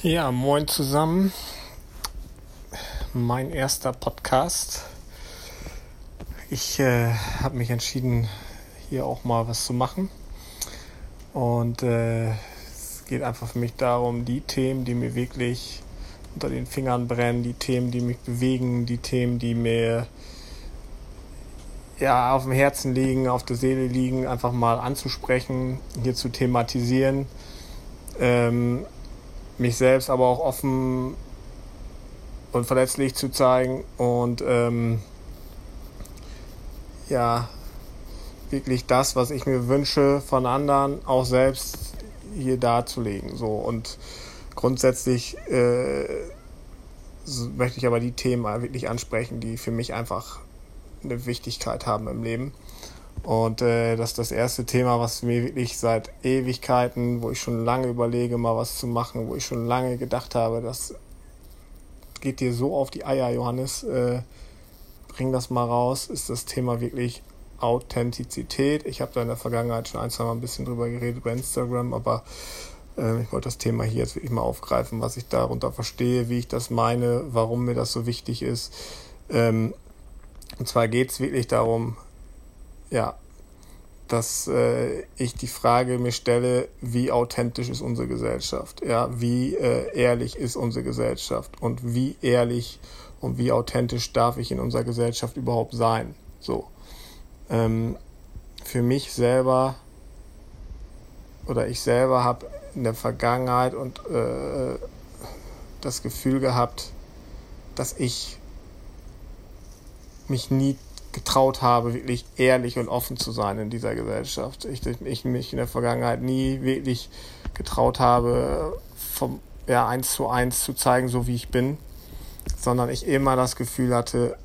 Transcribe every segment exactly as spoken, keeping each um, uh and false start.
Ja, moin zusammen. Mein erster Podcast. Ich äh, habe mich entschieden, hier auch mal was zu machen. Und äh, es geht einfach für mich darum, die Themen, die mir wirklich unter den Fingern brennen, die Themen, die mich bewegen, die Themen, die mir ja auf dem Herzen liegen, auf der Seele liegen, einfach mal anzusprechen, hier zu thematisieren. Ähm, mich selbst aber auch offen und verletzlich zu zeigen und ähm, ja, wirklich das, was ich mir wünsche von anderen, auch selbst hier darzulegen. So. Und grundsätzlich äh, so möchte ich aber die Themen wirklich ansprechen, die für mich einfach eine Wichtigkeit haben im Leben. Und äh, das ist das erste Thema, was mir wirklich seit Ewigkeiten, wo ich schon lange überlege, mal was zu machen, wo ich schon lange gedacht habe, das geht dir so auf die Eier, Johannes, äh, bring das mal raus, ist das Thema wirklich Authentizität. Ich habe da in der Vergangenheit schon ein, zwei Mal ein bisschen drüber geredet bei Instagram, aber äh, ich wollte das Thema hier jetzt wirklich mal aufgreifen, was ich darunter verstehe, wie ich das meine, warum mir das so wichtig ist. Ähm, und zwar geht es wirklich darum, ja, dass äh, ich die Frage mir stelle, wie authentisch ist unsere Gesellschaft? Ja, wie äh, ehrlich ist unsere Gesellschaft? Und wie ehrlich und wie authentisch darf ich in unserer Gesellschaft überhaupt sein? So. Ähm, für mich selber oder ich selber habe in der Vergangenheit und äh, das Gefühl gehabt, dass ich mich nie getraut habe, wirklich ehrlich und offen zu sein in dieser Gesellschaft. Ich, ich mich in der Vergangenheit nie wirklich getraut habe, vom ja, eins zu eins zu zeigen, so wie ich bin, sondern ich immer das Gefühl hatte,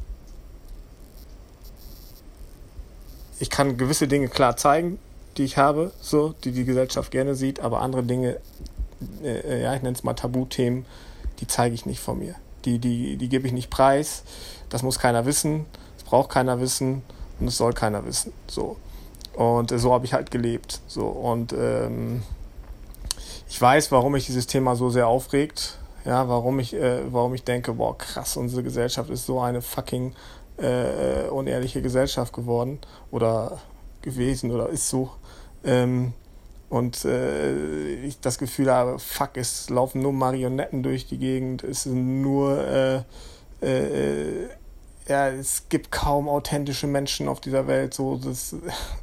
ich kann gewisse Dinge klar zeigen, die ich habe, so, die die Gesellschaft gerne sieht, aber andere Dinge, äh, ja, ich nenne es mal Tabuthemen, die zeige ich nicht von mir. Die, die, die gebe ich nicht preis, das muss keiner wissen, braucht keiner wissen und es soll keiner wissen. So. Und äh, so habe ich halt gelebt. So. Und ähm, ich weiß, warum mich dieses Thema so sehr aufregt. Ja, warum ich, äh, warum ich denke, boah, krass, unsere Gesellschaft ist so eine fucking äh, unehrliche Gesellschaft geworden oder gewesen oder ist so. Ähm, und äh, ich das Gefühl habe, fuck, es laufen nur Marionetten durch die Gegend, es sind nur äh, äh, ja, es gibt kaum authentische Menschen auf dieser Welt. So, das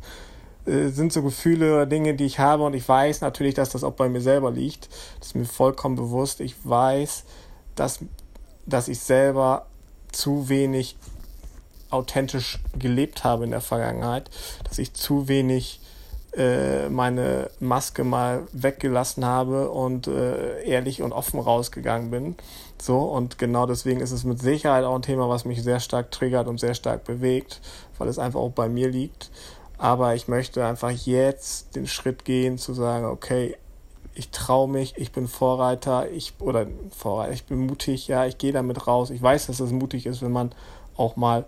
äh, sind so Gefühle oder Dinge, die ich habe und ich weiß natürlich, dass das auch bei mir selber liegt. Das ist mir vollkommen bewusst. Ich weiß, dass, dass ich selber zu wenig authentisch gelebt habe in der Vergangenheit, dass ich zu wenig äh, meine Maske mal weggelassen habe und äh, ehrlich und offen rausgegangen bin. So, und genau deswegen ist es mit Sicherheit auch ein Thema, was mich sehr stark triggert und sehr stark bewegt, weil es einfach auch bei mir liegt. Aber ich möchte einfach jetzt den Schritt gehen, zu sagen, okay, ich traue mich, ich bin Vorreiter, ich oder Vorreiter, ich bin mutig, ja, ich gehe damit raus. Ich weiß, dass es mutig ist, wenn man auch mal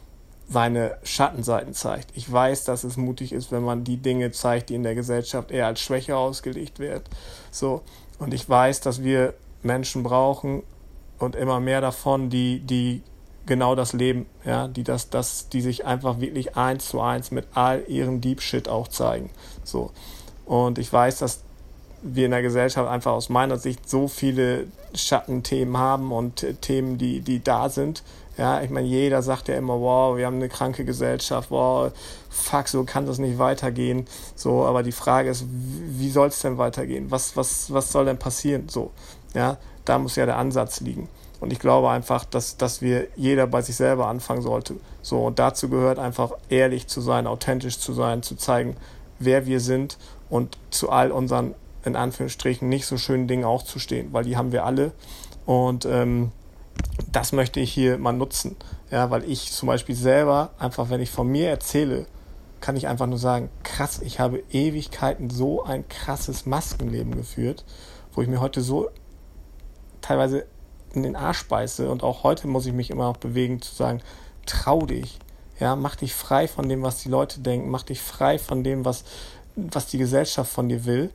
seine Schattenseiten zeigt. Ich weiß, dass es mutig ist, wenn man die Dinge zeigt, die in der Gesellschaft eher als Schwäche ausgelegt werden. So, und ich weiß, dass wir Menschen brauchen und immer mehr davon, die die genau das leben, ja, die das das die sich einfach wirklich eins zu eins mit all ihrem Deep Shit auch zeigen. So, und ich weiß, dass wir in der Gesellschaft einfach aus meiner Sicht so viele Schattenthemen haben und äh, Themen, die die da sind. Ja, ich meine, jeder sagt ja immer, wow, wir haben eine kranke Gesellschaft, wow, fuck, so kann das nicht weitergehen. So, aber die Frage ist, wie soll es denn weitergehen? Was, was, was soll denn passieren? So, ja, da muss ja der Ansatz liegen. Und ich glaube einfach, dass, dass wir jeder bei sich selber anfangen sollte. So, und dazu gehört einfach ehrlich zu sein, authentisch zu sein, zu zeigen, wer wir sind und zu all unseren, in Anführungsstrichen, nicht so schönen Dingen auch zu stehen, weil die haben wir alle. Und ähm, das möchte ich hier mal nutzen, ja, weil ich zum Beispiel selber einfach, wenn ich von mir erzähle, kann ich einfach nur sagen, krass, ich habe Ewigkeiten so ein krasses Maskenleben geführt, wo ich mir heute so teilweise in den Arsch beiße und auch heute muss ich mich immer noch bewegen, zu sagen, trau dich, ja, mach dich frei von dem, was die Leute denken, mach dich frei von dem, was, was die Gesellschaft von dir will,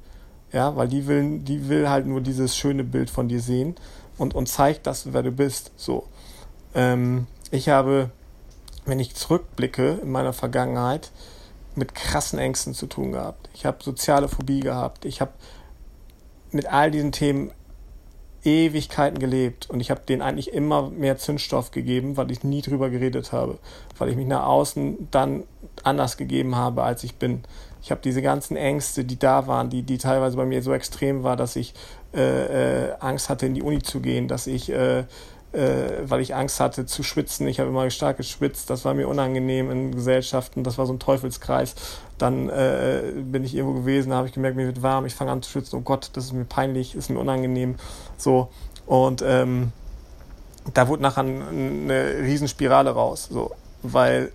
Ja, weil die will, die will halt nur dieses schöne Bild von dir sehen und, und zeigt, dass du, wer du bist. So. Ähm, ich habe, wenn ich zurückblicke in meiner Vergangenheit, mit krassen Ängsten zu tun gehabt. Ich habe soziale Phobie gehabt. Ich habe mit all diesen Themen Ewigkeiten gelebt und ich habe denen eigentlich immer mehr Zündstoff gegeben, weil ich nie drüber geredet habe, weil ich mich nach außen dann anders gegeben habe, als ich bin. Ich habe diese ganzen Ängste, die da waren, die, die teilweise bei mir so extrem war, dass ich äh, äh, Angst hatte, in die Uni zu gehen, dass ich, äh, äh, weil ich Angst hatte zu schwitzen, ich habe immer stark geschwitzt, das war mir unangenehm in Gesellschaften, das war so ein Teufelskreis. Dann äh, bin ich irgendwo gewesen, da habe ich gemerkt, mir wird warm, ich fange an zu schwitzen, oh Gott, das ist mir peinlich, ist mir unangenehm. So, und ähm, da wurde nachher eine Riesenspirale raus, so, weil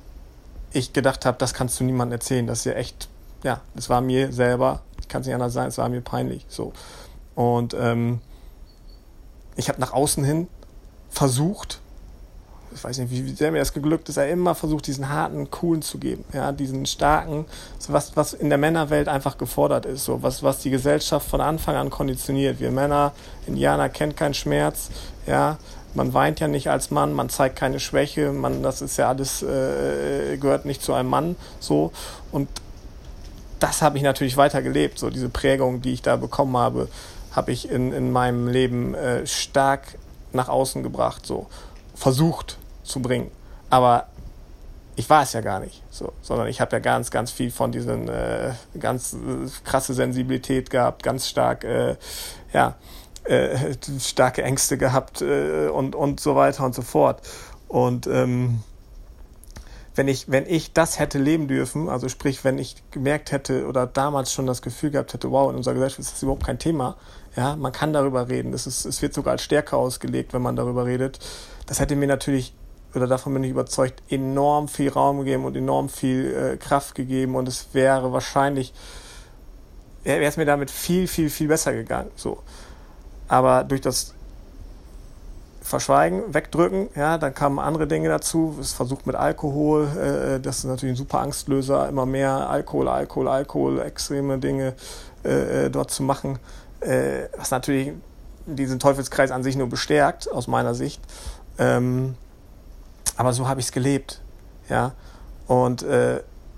ich gedacht habe, das kannst du niemandem erzählen, das ist ja echt, ja, das war mir selber, ich kann es nicht anders sagen, es war mir peinlich, so. Und ähm, ich habe nach außen hin versucht, ich weiß nicht, wie sehr mir das geglückt ist, er immer versucht, diesen harten, coolen zu geben, ja, diesen starken, so was, was in der Männerwelt einfach gefordert ist, so was, was die Gesellschaft von Anfang an konditioniert. Wir Männer, Indianer kennt keinen Schmerz, ja, man weint ja nicht als Mann, man zeigt keine Schwäche, man, das ist ja alles, äh, gehört nicht zu einem Mann, so, und das habe ich natürlich weitergelebt, so diese Prägung, die ich da bekommen habe, habe ich in, in meinem Leben äh, stark nach außen gebracht, so, versucht zu bringen, aber ich war es ja gar nicht, so, sondern ich habe ja ganz, ganz viel von diesen äh, ganz äh, krasse Sensibilität gehabt, ganz stark, äh, ja, äh, starke Ängste gehabt äh, und und so weiter und so fort. Und ähm, wenn ich wenn ich das hätte leben dürfen, also sprich, wenn ich gemerkt hätte oder damals schon das Gefühl gehabt hätte, wow, in unserer Gesellschaft ist das überhaupt kein Thema, ja, man kann darüber reden, das ist, es wird sogar als Stärke ausgelegt, wenn man darüber redet. Das hätte mir natürlich, oder davon bin ich überzeugt, enorm viel Raum gegeben und enorm viel äh, Kraft gegeben und es wäre wahrscheinlich, wäre es mir damit viel, viel, viel besser gegangen. So. Aber durch das Verschweigen, Wegdrücken, ja, dann kamen andere Dinge dazu. Es versucht mit Alkohol, äh, das ist natürlich ein super Angstlöser, immer mehr Alkohol, Alkohol, Alkohol, extreme Dinge äh, dort zu machen, äh, was natürlich diesen Teufelskreis an sich nur bestärkt, aus meiner Sicht. Ähm, aber so habe ich es gelebt, ja. Und äh,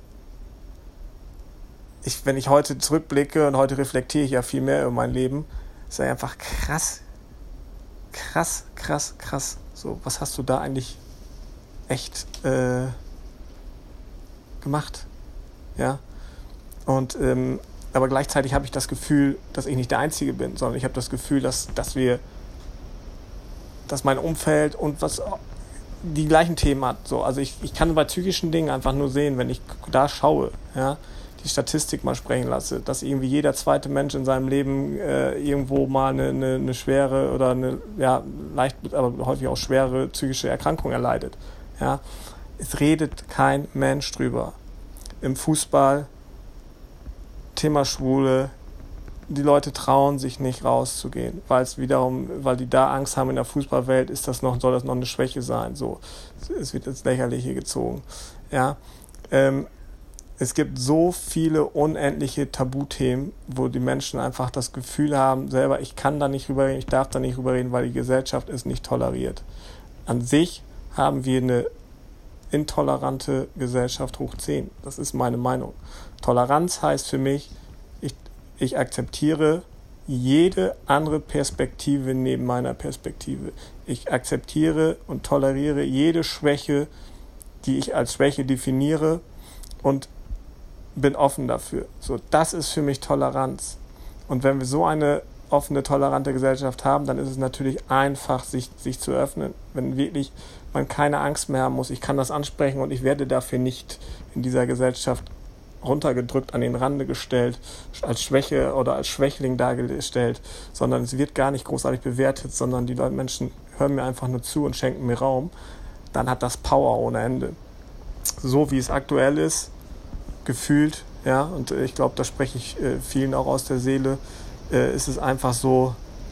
ich, wenn ich heute zurückblicke und heute reflektiere ich ja viel mehr über mein Leben, ist ja einfach krass, krass, krass, krass. So, was hast du da eigentlich echt äh, gemacht, ja? Und ähm, aber gleichzeitig habe ich das Gefühl, dass ich nicht der Einzige bin, sondern ich habe das Gefühl, dass dass wir dass mein Umfeld und was die gleichen Themen hat. So, also ich, ich kann bei psychischen Dingen einfach nur sehen, wenn ich da schaue, ja, die Statistik mal sprechen lasse, dass irgendwie jeder zweite Mensch in seinem Leben äh, irgendwo mal eine, eine, eine schwere oder eine, ja, leicht, aber häufig auch schwere psychische Erkrankung erleidet. Ja. Es redet kein Mensch drüber. Im Fußball, Thema Schwule, die Leute trauen sich nicht rauszugehen, weil es wiederum, weil die da Angst haben in der Fußballwelt, ist das noch, soll das noch eine Schwäche sein, so. Es wird ins Lächerliche gezogen, ja. Ähm, es gibt so viele unendliche Tabuthemen, wo die Menschen einfach das Gefühl haben, selber, ich kann da nicht drüber reden, ich darf da nicht drüber reden, weil die Gesellschaft es nicht toleriert. An sich haben wir eine intolerante Gesellschaft hoch zehn. Das ist meine Meinung. Toleranz heißt für mich, ich akzeptiere jede andere Perspektive neben meiner Perspektive. Ich akzeptiere und toleriere jede Schwäche, die ich als Schwäche definiere und bin offen dafür. So, das ist für mich Toleranz. Und wenn wir so eine offene, tolerante Gesellschaft haben, dann ist es natürlich einfach, sich, sich zu öffnen. Wenn wirklich man keine Angst mehr haben muss, ich kann das ansprechen und ich werde dafür nicht in dieser Gesellschaft runtergedrückt, an den Rande gestellt, als Schwäche oder als Schwächling dargestellt, sondern es wird gar nicht großartig bewertet, sondern die Leute, Menschen hören mir einfach nur zu und schenken mir Raum, dann hat das Power ohne Ende. So wie es aktuell ist, gefühlt, ja, und ich glaube, da spreche ich äh, vielen auch aus der Seele, äh, ist es einfach so,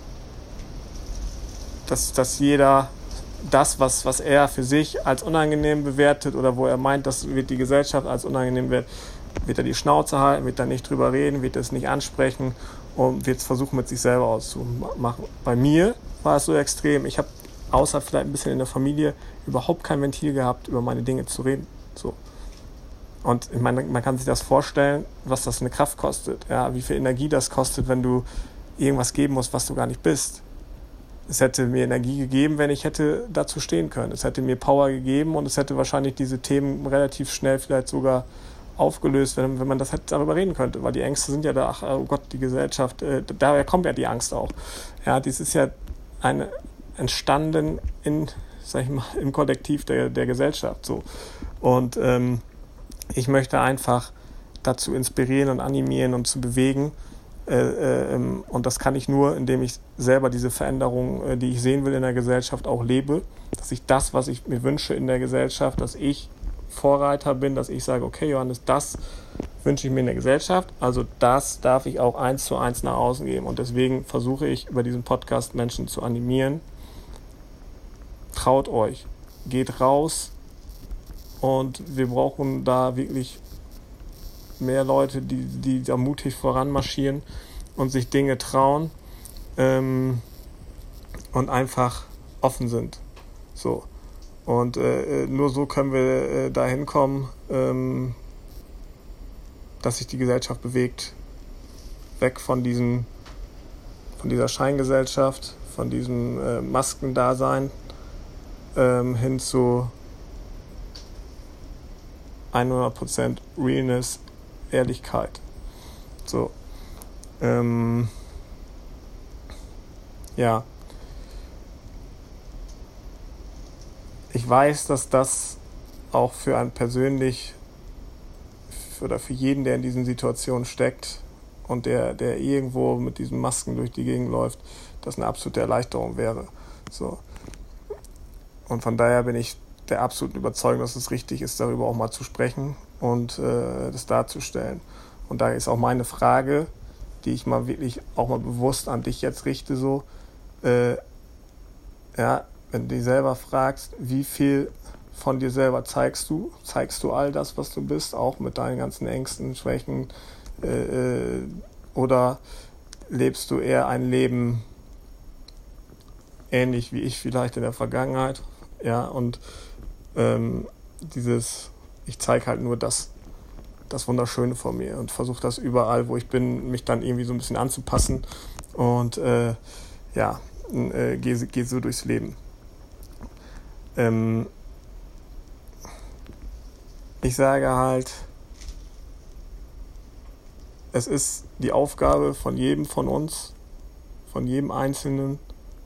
dass, dass jeder das, was, was er für sich als unangenehm bewertet oder wo er meint, das wird die Gesellschaft als unangenehm wird, wird er die Schnauze halten, wird er nicht drüber reden, wird es nicht ansprechen und wird es versuchen, mit sich selber auszumachen. Bei mir war es so extrem, ich habe außer vielleicht ein bisschen in der Familie überhaupt kein Ventil gehabt, über meine Dinge zu reden. So. Und ich meine, man kann sich das vorstellen, was das eine Kraft kostet, ja, wie viel Energie das kostet, wenn du irgendwas geben musst, was du gar nicht bist. Es hätte mir Energie gegeben, wenn ich hätte dazu stehen können. Es hätte mir Power gegeben und es hätte wahrscheinlich diese Themen relativ schnell vielleicht sogar aufgelöst, wenn, wenn man das hätte, darüber reden könnte. Weil die Ängste sind ja da, ach oh Gott, die Gesellschaft, äh, daher kommt ja die Angst auch. Ja, dies ist ja eine, entstanden in, sag ich mal, im Kollektiv der, der Gesellschaft. So. Und ähm, ich möchte einfach dazu inspirieren und animieren und zu bewegen. Äh, äh, und das kann ich nur, indem ich selber diese Veränderung, äh, die ich sehen will in der Gesellschaft, auch lebe. Dass ich das, was ich mir wünsche in der Gesellschaft, dass ich Vorreiter bin, dass ich sage, okay Johannes, das wünsche ich mir in der Gesellschaft, also das darf ich auch eins zu eins nach außen geben. Und deswegen versuche ich über diesen Podcast Menschen zu animieren. Traut euch, geht raus und wir brauchen da wirklich mehr Leute, die, die da mutig voranmarschieren und sich Dinge trauen ähm, und einfach offen sind. So. Und äh, nur so können wir äh, dahin kommen, ähm, dass sich die Gesellschaft bewegt. Weg von diesem, von dieser Scheingesellschaft, von diesem äh, Maskendasein ähm, hin zu hundert Prozent Realness, Ehrlichkeit. So. Ähm, ja. Ich weiß, dass das auch für einen persönlich oder für jeden, der in diesen Situationen steckt und der, der irgendwo mit diesen Masken durch die Gegend läuft, das eine absolute Erleichterung wäre. So. Und von daher bin ich der absoluten Überzeugung, dass es richtig ist, darüber auch mal zu sprechen und äh, das darzustellen. Und da ist auch meine Frage, die ich mal wirklich auch mal bewusst an dich jetzt richte, so, äh, ja, wenn du dich selber fragst, wie viel von dir selber zeigst du, zeigst du all das, was du bist, auch mit deinen ganzen Ängsten, Schwächen, äh, oder lebst du eher ein Leben ähnlich wie ich vielleicht in der Vergangenheit, ja, und ähm, dieses, ich zeige halt nur das, das Wunderschöne von mir und versuche das überall, wo ich bin, mich dann irgendwie so ein bisschen anzupassen und äh, ja, äh, gehe geh so durchs Leben. Ähm, ich sage halt, es ist die Aufgabe von jedem von uns, von jedem Einzelnen,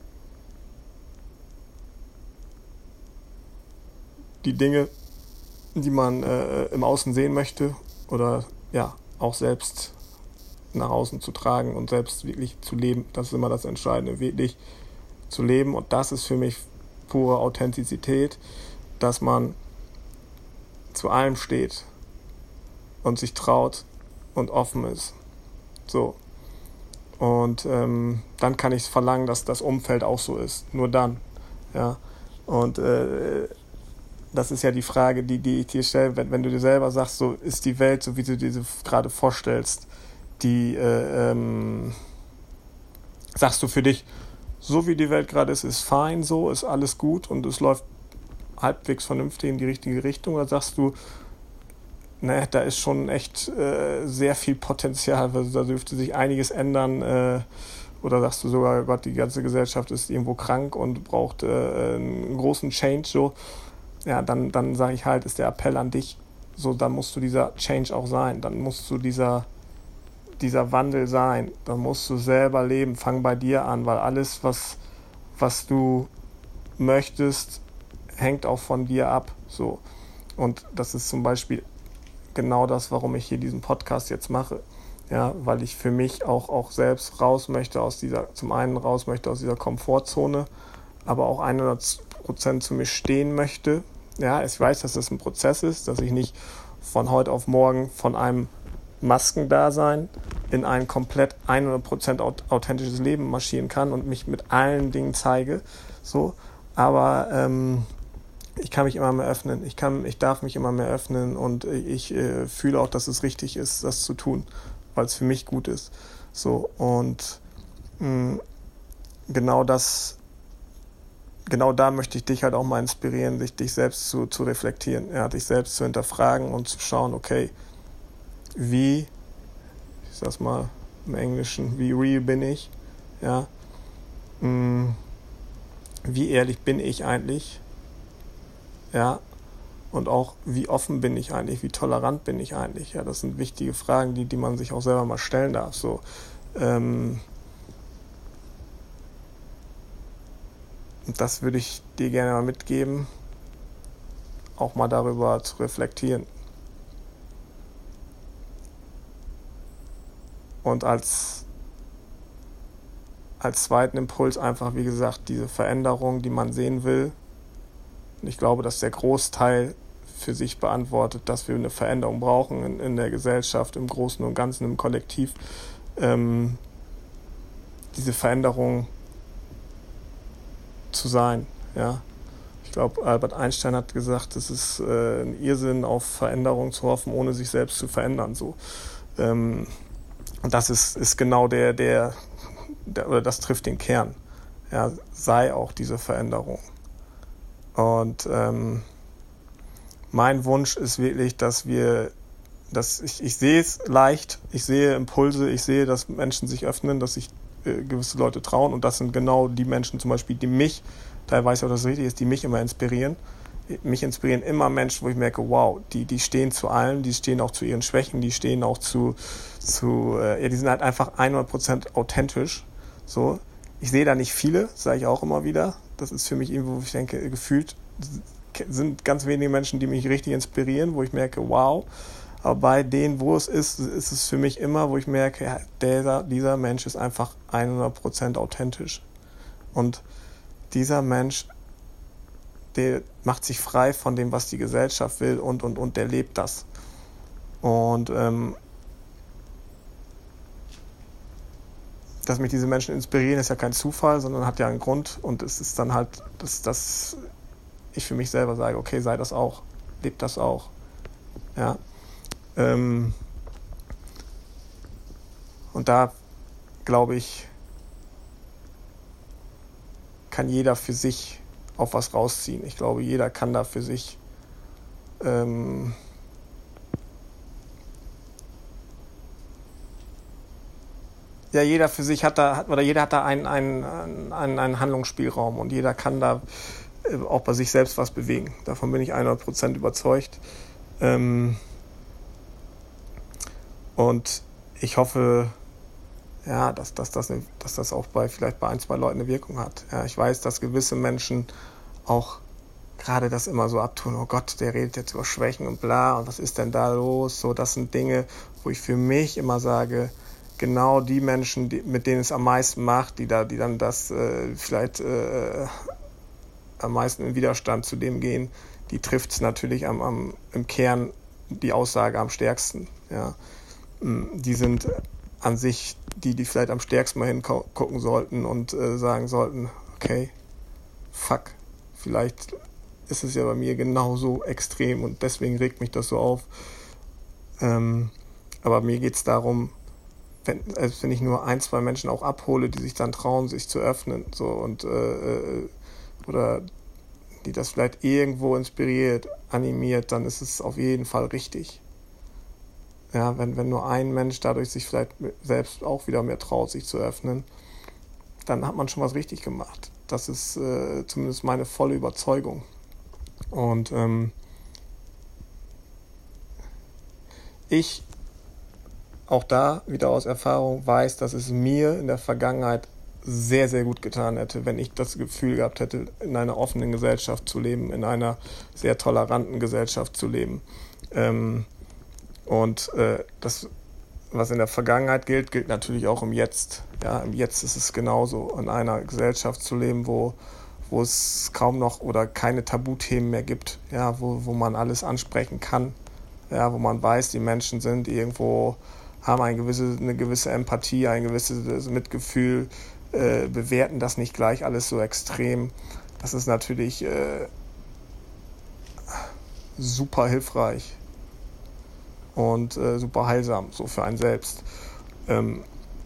die Dinge, die man äh, im Außen sehen möchte oder ja auch selbst nach außen zu tragen und selbst wirklich zu leben. Das ist immer das Entscheidende, wirklich zu leben. Und das ist für mich pure Authentizität, dass man zu allem steht und sich traut und offen ist. So. Und ähm, dann kann ich verlangen, dass das Umfeld auch so ist. Nur dann. Ja. Und äh, das ist ja die Frage, die, die ich dir stelle, wenn, wenn du dir selber sagst, so ist die Welt, so wie du dir sie gerade vorstellst, die äh, ähm, sagst du für dich, so wie die Welt gerade ist, ist fein, so ist alles gut und es läuft halbwegs vernünftig in die richtige Richtung, oder sagst du, naja, da ist schon echt äh, sehr viel Potenzial, also da dürfte sich einiges ändern, äh, oder sagst du sogar, Gott, die ganze Gesellschaft ist irgendwo krank und braucht äh, einen großen Change, so, ja, dann, dann sage ich halt, ist der Appell an dich, so, dann musst du dieser Change auch sein, dann musst du dieser, dieser Wandel sein, dann musst du selber leben, fang bei dir an, weil alles, was, was du möchtest, hängt auch von dir ab, so, und das ist zum Beispiel genau das, warum ich hier diesen Podcast jetzt mache, ja, weil ich für mich auch, auch selbst raus möchte aus dieser, zum einen raus möchte aus dieser Komfortzone, aber auch hundert Prozent zu mir stehen möchte. Ja, ich weiß, dass das ein Prozess ist, dass ich nicht von heute auf morgen von einem Maskendasein in ein komplett hundert Prozent authentisches Leben marschieren kann und mich mit allen Dingen zeige. So, aber ähm, ich kann mich immer mehr öffnen, ich kann, ich darf mich immer mehr öffnen und ich äh, fühle auch, dass es richtig ist, das zu tun, weil es für mich gut ist. So, und mh, genau das, genau da möchte ich dich halt auch mal inspirieren, dich, dich selbst zu, zu reflektieren, ja, dich selbst zu hinterfragen und zu schauen, okay, wie, ich sag's mal im Englischen, wie real bin ich, ja, mh, wie ehrlich bin ich eigentlich, ja, und auch wie offen bin ich eigentlich, wie tolerant bin ich eigentlich, ja, das sind wichtige Fragen, die, die man sich auch selber mal stellen darf, so, ähm, und das würde ich dir gerne mal mitgeben, auch mal darüber zu reflektieren. Und als, als zweiten Impuls einfach, wie gesagt, diese Veränderung, die man sehen will. Und ich glaube, dass der Großteil für sich beantwortet, dass wir eine Veränderung brauchen in, in der Gesellschaft, im Großen und Ganzen, im Kollektiv. Ähm, diese Veränderung zu sein, ja. Ich glaube, Albert Einstein hat gesagt, es ist äh, ein Irrsinn, auf Veränderung zu hoffen, ohne sich selbst zu verändern, so. Ähm, und das ist, ist genau der, der, der, oder das trifft den Kern, ja, sei auch diese Veränderung. Und ähm, mein Wunsch ist wirklich, dass wir, dass ich, ich sehe es leicht, ich sehe Impulse, ich sehe, dass Menschen sich öffnen, dass sich äh, gewisse Leute trauen, und das sind genau die Menschen zum Beispiel, die mich, daher weiß ich auch, dass es richtig ist, die mich immer inspirieren. Mich inspirieren immer Menschen, wo ich merke, wow, die, die stehen zu allem, die stehen auch zu ihren Schwächen, die stehen auch zu, zu äh, ja, die sind halt einfach hundert Prozent authentisch. So, ich sehe da nicht viele, sage ich auch immer wieder. Das ist für mich irgendwo, wo ich denke, gefühlt sind ganz wenige Menschen, die mich richtig inspirieren, wo ich merke, wow. Aber bei denen, wo es ist, ist es für mich immer, wo ich merke, ja, dieser, dieser Mensch ist einfach hundert Prozent authentisch. Und dieser Mensch, der macht sich frei von dem, was die Gesellschaft will, und, und, und der lebt das. Und ähm, dass mich diese Menschen inspirieren, ist ja kein Zufall, sondern hat ja einen Grund, und es ist dann halt, dass, dass ich für mich selber sage, okay, sei das auch, lebt das auch. Ja. Ähm, und da, glaube ich, kann jeder für sich auf was rausziehen. Ich glaube, jeder kann da für sich ähm, ja, jeder für sich hat da, oder jeder hat da einen, einen, einen, einen Handlungsspielraum, und jeder kann da auch bei sich selbst was bewegen. Davon bin ich hundert Prozent überzeugt. Ähm, und ich hoffe, ja, dass, dass, das eine, dass das auch bei vielleicht bei ein, zwei Leuten eine Wirkung hat. Ja, ich weiß, dass gewisse Menschen auch gerade das immer so abtun, oh Gott, der redet jetzt über Schwächen und bla, und was ist denn da los? So, das sind Dinge, wo ich für mich immer sage, genau die Menschen, die, mit denen es am meisten macht, die da, die dann das äh, vielleicht äh, am meisten in Widerstand zu dem gehen, die trifft es natürlich am, am, im Kern die Aussage am stärksten. Ja. Die sind an sich die, die vielleicht am stärksten mal hingucken sollten und äh, sagen sollten, okay, fuck, vielleicht ist es ja bei mir genauso extrem und deswegen regt mich das so auf. Ähm, aber mir geht es darum, wenn, also wenn ich nur ein, zwei Menschen auch abhole, die sich dann trauen, sich zu öffnen, so, und äh, oder die das vielleicht irgendwo inspiriert, animiert, dann ist es auf jeden Fall richtig. Ja, wenn, wenn nur ein Mensch dadurch sich vielleicht selbst auch wieder mehr traut, sich zu öffnen, dann hat man schon was richtig gemacht. Das ist äh, zumindest meine volle Überzeugung. Und ähm, ich auch da wieder aus Erfahrung weiß, dass es mir in der Vergangenheit sehr, sehr gut getan hätte, wenn ich das Gefühl gehabt hätte, in einer offenen Gesellschaft zu leben, in einer sehr toleranten Gesellschaft zu leben. Ähm, und äh, das, was in der Vergangenheit gilt, gilt natürlich auch im Jetzt. Ja, im Jetzt ist es genauso, in einer Gesellschaft zu leben, wo, wo es kaum noch oder keine Tabuthemen mehr gibt, ja, wo, wo man alles ansprechen kann, ja, wo man weiß, die Menschen sind irgendwo, haben eine gewisse, eine gewisse Empathie, ein gewisses Mitgefühl, äh, bewerten das nicht gleich alles so extrem. Das ist natürlich äh, super hilfreich und äh, super heilsam, so für einen selbst. Ähm,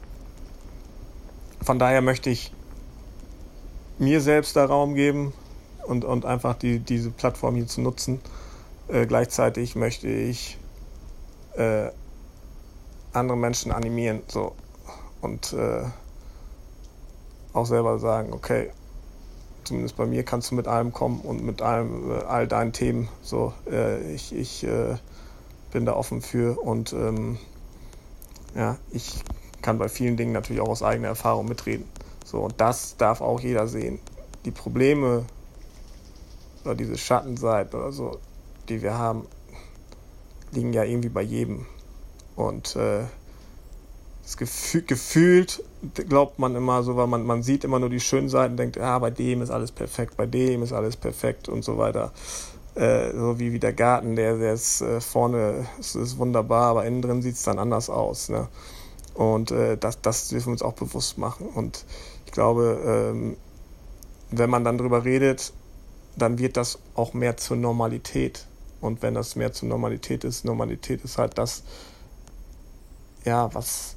von daher möchte ich mir selbst da Raum geben und, und einfach die, diese Plattform hier zu nutzen. Äh, gleichzeitig möchte ich äh, andere Menschen animieren, so, und äh, auch selber sagen, okay, zumindest bei mir kannst du mit allem kommen und mit allem, äh, all deinen Themen, so, äh, ich, ich äh, bin da offen für und ähm, ja, ich kann bei vielen Dingen natürlich auch aus eigener Erfahrung mitreden, so, und das darf auch jeder sehen. Die Probleme oder diese Schattenseiten oder so, die wir haben, liegen ja irgendwie bei jedem. Und äh, das Gefühl, gefühlt glaubt man immer so, weil man, man sieht immer nur die schönen Seiten, denkt, ah, bei dem ist alles perfekt, bei dem ist alles perfekt und so weiter. Äh, so wie, wie der Garten, der, der ist äh, vorne, ist, ist wunderbar, aber innen drin sieht es dann anders aus. Ne? Und äh, das, das dürfen wir uns auch bewusst machen. Und ich glaube, ähm, wenn man dann drüber redet, dann wird das auch mehr zur Normalität. Und wenn das mehr zur Normalität ist, Normalität ist halt das, ja, was,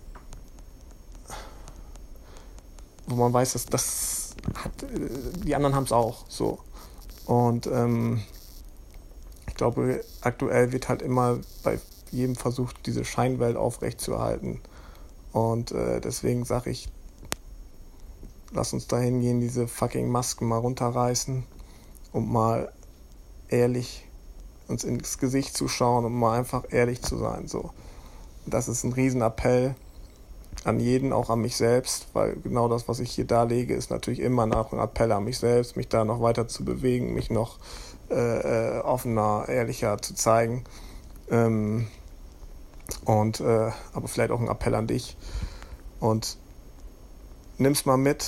wo man weiß, dass das hat, die anderen haben es auch, so. Und ähm, ich glaube, aktuell wird halt immer bei jedem versucht, diese Scheinwelt aufrechtzuerhalten. Und äh, deswegen sage ich, lass uns dahin gehen, diese fucking Masken mal runterreißen und mal ehrlich uns ins Gesicht zu schauen und mal einfach ehrlich zu sein, so. Das ist ein Riesenappell an jeden, auch an mich selbst, weil genau das, was ich hier darlege, ist natürlich immer auch ein Appell an mich selbst, mich da noch weiter zu bewegen, mich noch äh, offener, ehrlicher zu zeigen. Ähm, und äh, aber vielleicht auch ein Appell an dich. Und nimm's mal mit.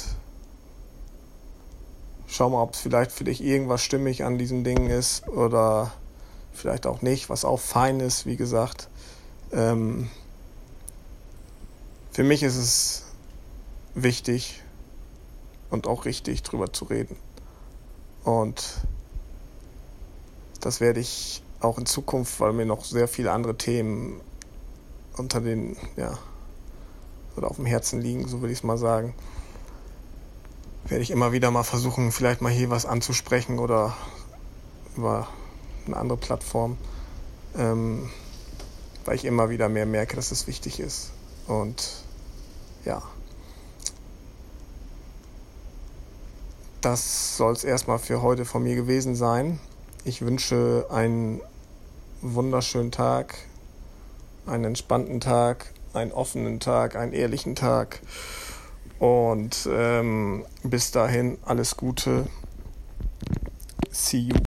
Schau mal, ob es vielleicht für dich irgendwas stimmig an diesen Dingen ist oder vielleicht auch nicht, was auch fein ist, wie gesagt. Ähm, für mich ist es wichtig und auch richtig, drüber zu reden. Und das werde ich auch in Zukunft, weil mir noch sehr viele andere Themen unter den, ja, oder auf dem Herzen liegen, so würde ich es mal sagen, werde ich immer wieder mal versuchen, vielleicht mal hier was anzusprechen oder über eine andere Plattform, ähm, weil ich immer wieder mehr merke, dass es wichtig ist. Und ja, das soll es erstmal für heute von mir gewesen sein. Ich wünsche einen wunderschönen Tag, einen entspannten Tag, einen offenen Tag, einen ehrlichen Tag. Und ähm, bis dahin alles Gute. See you.